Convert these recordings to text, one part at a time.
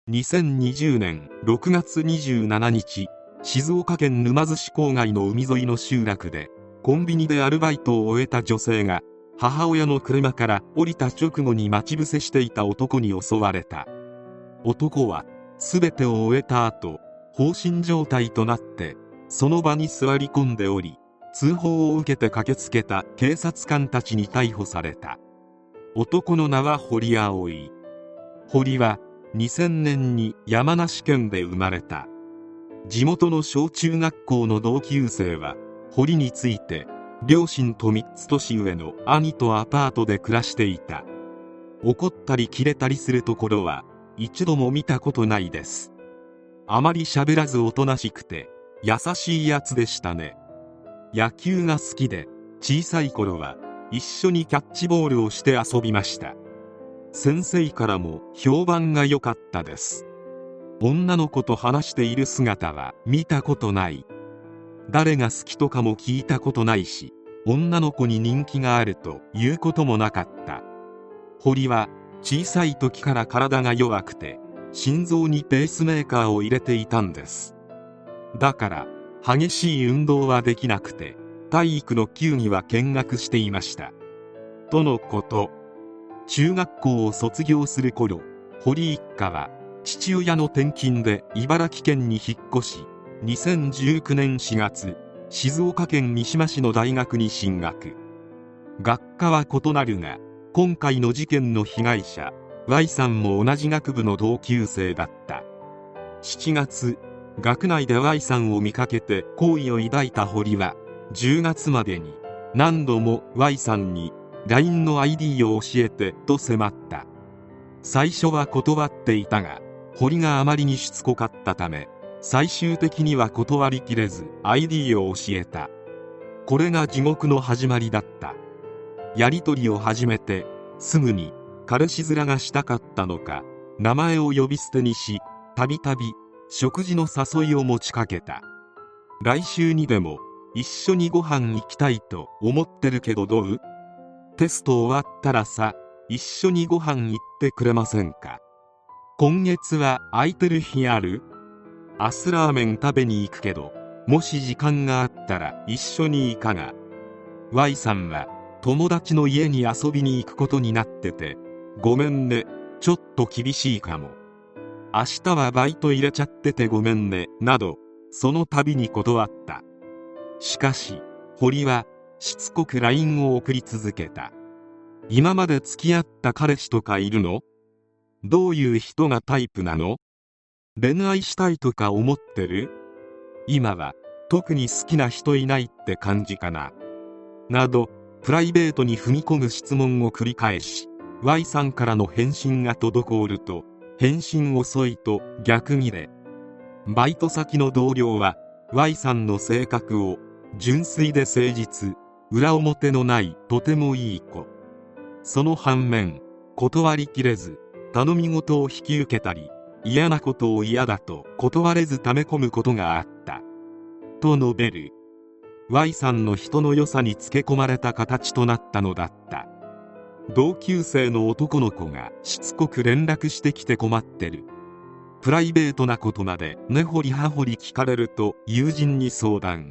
2020年6月27日、静岡県沼津市郊外の海沿いの集落でコンビニでアルバイトを終えた女性が母親の車から降りた直後に待ち伏せしていた男に襲われた。男は全てを終えた後、放心状態となってその場に座り込んでおり、通報を受けて駆けつけた警察官たちに逮捕された。男の名は堀葵。堀は2000年に山梨県で生まれた。地元の小中学校の同級生は堀について、両親と3つ年上の兄とアパートで暮らしていた。怒ったりキレたりするところは一度も見たことないです。あまり喋らずおとなしくて優しいやつでしたね。野球が好きで、小さい頃は一緒にキャッチボールをして遊びました。先生からも評判が良かったです。女の子と話している姿は見たことない。誰が好きとかも聞いたことないし、女の子に人気があるということもなかった。堀は小さい時から体が弱くて、心臓にペースメーカーを入れていたんです。だから激しい運動はできなくて、体育の球技は見学していましたとのこと。中学校を卒業する頃、堀一家は父親の転勤で茨城県に引っ越し、2019年4月、静岡県三島市の大学に進学。学科は異なるが、今回の事件の被害者 Y さんも同じ学部の同級生だった。7月、学内で Y さんを見かけて好意を抱いた堀は、10月までに何度も Y さんにLINE の ID を教えてと迫った。最初は断っていたが、堀があまりにしつこかったため、最終的には断りきれず ID を教えた。これが地獄の始まりだった。やり取りを始めてすぐに彼氏面がしたかったのか、名前を呼び捨てにし、たびたび食事の誘いを持ちかけた。来週にでも一緒にご飯行きたいと思ってるけどどう？テスト終わったらさ、一緒にご飯行ってくれませんか？今月は空いてる日ある？明日ラーメン食べに行くけど、もし時間があったら一緒にいかが？ Y さんは友達の家に遊びに行くことになってて、ごめんね、ちょっと厳しいかも。明日はバイト入れちゃっててごめんね、など、その度に断った。しかし、堀はしつこく LINE を送り続けた。今まで付き合った彼氏とかいるの？どういう人がタイプなの？恋愛したいとか思ってる？今は特に好きな人いないって感じかな？など、プライベートに踏み込む質問を繰り返し、 Y さんからの返信が滞ると、返信遅いと逆ギレ。バイト先の同僚は Y さんの性格を純粋で誠実、裏表のないとてもいい子。その反面、断りきれず頼み事を引き受けたり、嫌なことを嫌だと断れず溜め込むことがあったと述べる。 Y さんの人の良さにつけ込まれた形となったのだった。同級生の男の子がしつこく連絡してきて困ってる。プライベートなことまで根掘り葉掘り聞かれると友人に相談。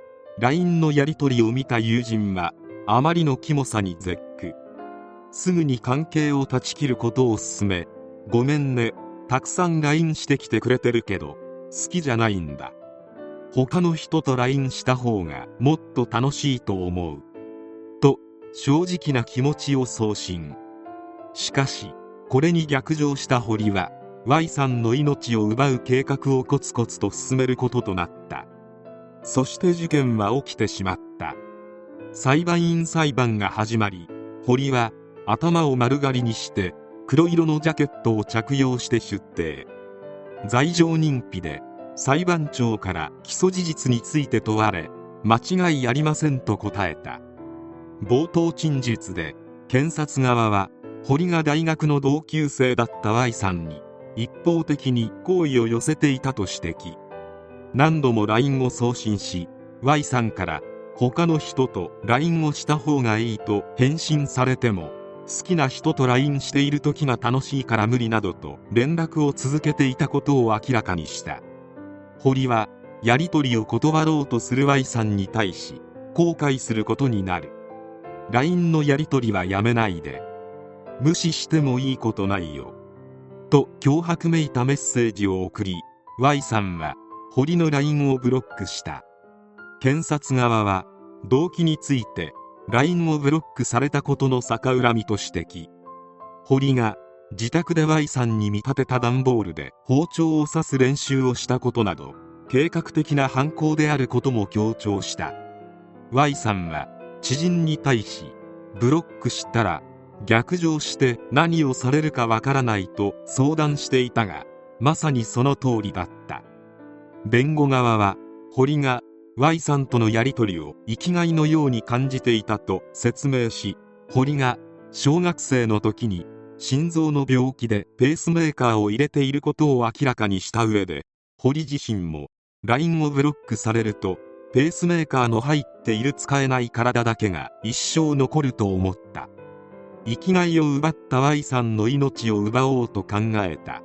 LINE のやり取りを見た友人はあまりのキモさに絶句。すぐに関係を断ち切ることを勧め、ごめんね、たくさん LINE してきてくれてるけど好きじゃないんだ。他の人と LINE した方がもっと楽しいと思うと正直な気持ちを送信。しかしこれに逆上した堀は Y さんの命を奪う計画をコツコツと進めることとなった。そして事件は起きてしまった。裁判員裁判が始まり、堀は頭を丸刈りにして黒色のジャケットを着用して出廷。罪状認否で裁判長から起訴事実について問われ、間違いありませんと答えた。冒頭陳述で検察側は、堀が大学の同級生だった Y さんに一方的に好意を寄せていたと指摘。何度も LINE を送信し、 Y さんから他の人と LINE をした方がいいと返信されても好きな人と LINE している時が楽しいから無理などと連絡を続けていたことを明らかにした。堀はやり取りを断ろうとする Y さんに対し、後悔することになる。 LINE のやり取りはやめないで、無視してもいいことないよと脅迫めいたメッセージを送り、 Y さんは堀の LINE をブロックした。検察側は動機について LINE をブロックされたことの逆恨みと指摘。堀が自宅で Y さんに見立てた段ボールで包丁を刺す練習をしたことなど計画的な犯行であることも強調した。 Y さんは知人に対し、ブロックしたら逆上して何をされるかわからないと相談していたが、まさにその通りだった。弁護側は堀が Y さんとのやり取りを生きがいのように感じていたと説明し、堀が小学生の時に心臓の病気でペースメーカーを入れていることを明らかにした上で、堀自身も LINE をブロックされるとペースメーカーの入っている使えない体だけが一生残ると思った。生きがいを奪った Y さんの命を奪おうと考えた。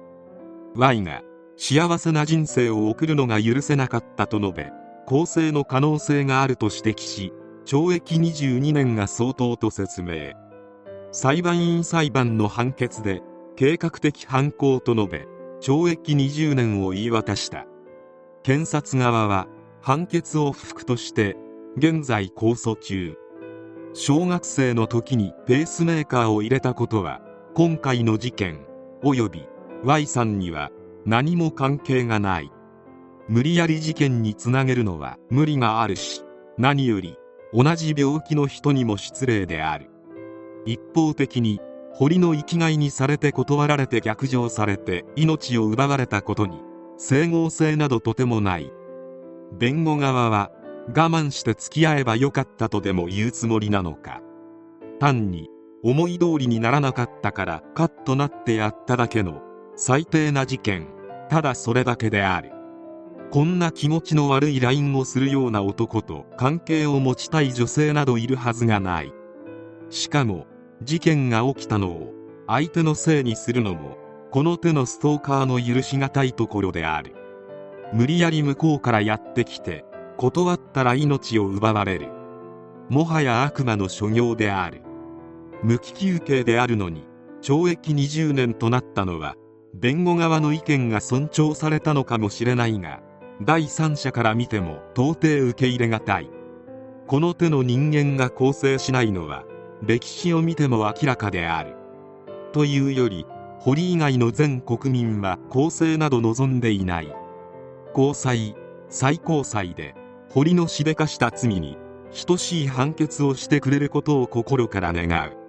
Y が幸せな人生を送るのが許せなかったと述べ、更生の可能性があると指摘し、懲役22年が相当と説明。裁判員裁判の判決で計画的犯行と述べ、懲役20年を言い渡した。検察側は判決を不服として現在控訴中。小学生の時にペースメーカーを入れたことは今回の事件及び Y さんには何も関係がない。無理やり事件につなげるのは無理があるし、何より同じ病気の人にも失礼である。一方的に堀の生きがいにされて断られて逆上されて命を奪われたことに整合性などとてもない。弁護側は我慢して付き合えばよかったとでも言うつもりなのか、単に思い通りにならなかったからカッとなってやっただけの最低な事件、ただそれだけである。こんな気持ちの悪い LINE をするような男と関係を持ちたい女性などいるはずがない。しかも事件が起きたのを相手のせいにするのもこの手のストーカーの許しがたいところである。無理やり向こうからやってきて断ったら命を奪われる。もはや悪魔の所業である。無期求刑であるのに懲役20年となったのは弁護側の意見が尊重されたのかもしれないが、第三者から見ても到底受け入れがたい。この手の人間が更生しないのは歴史を見ても明らかである。というより堀以外の全国民は更生など望んでいない。高裁、最高裁で堀のしでかした罪に等しい判決をしてくれることを心から願う。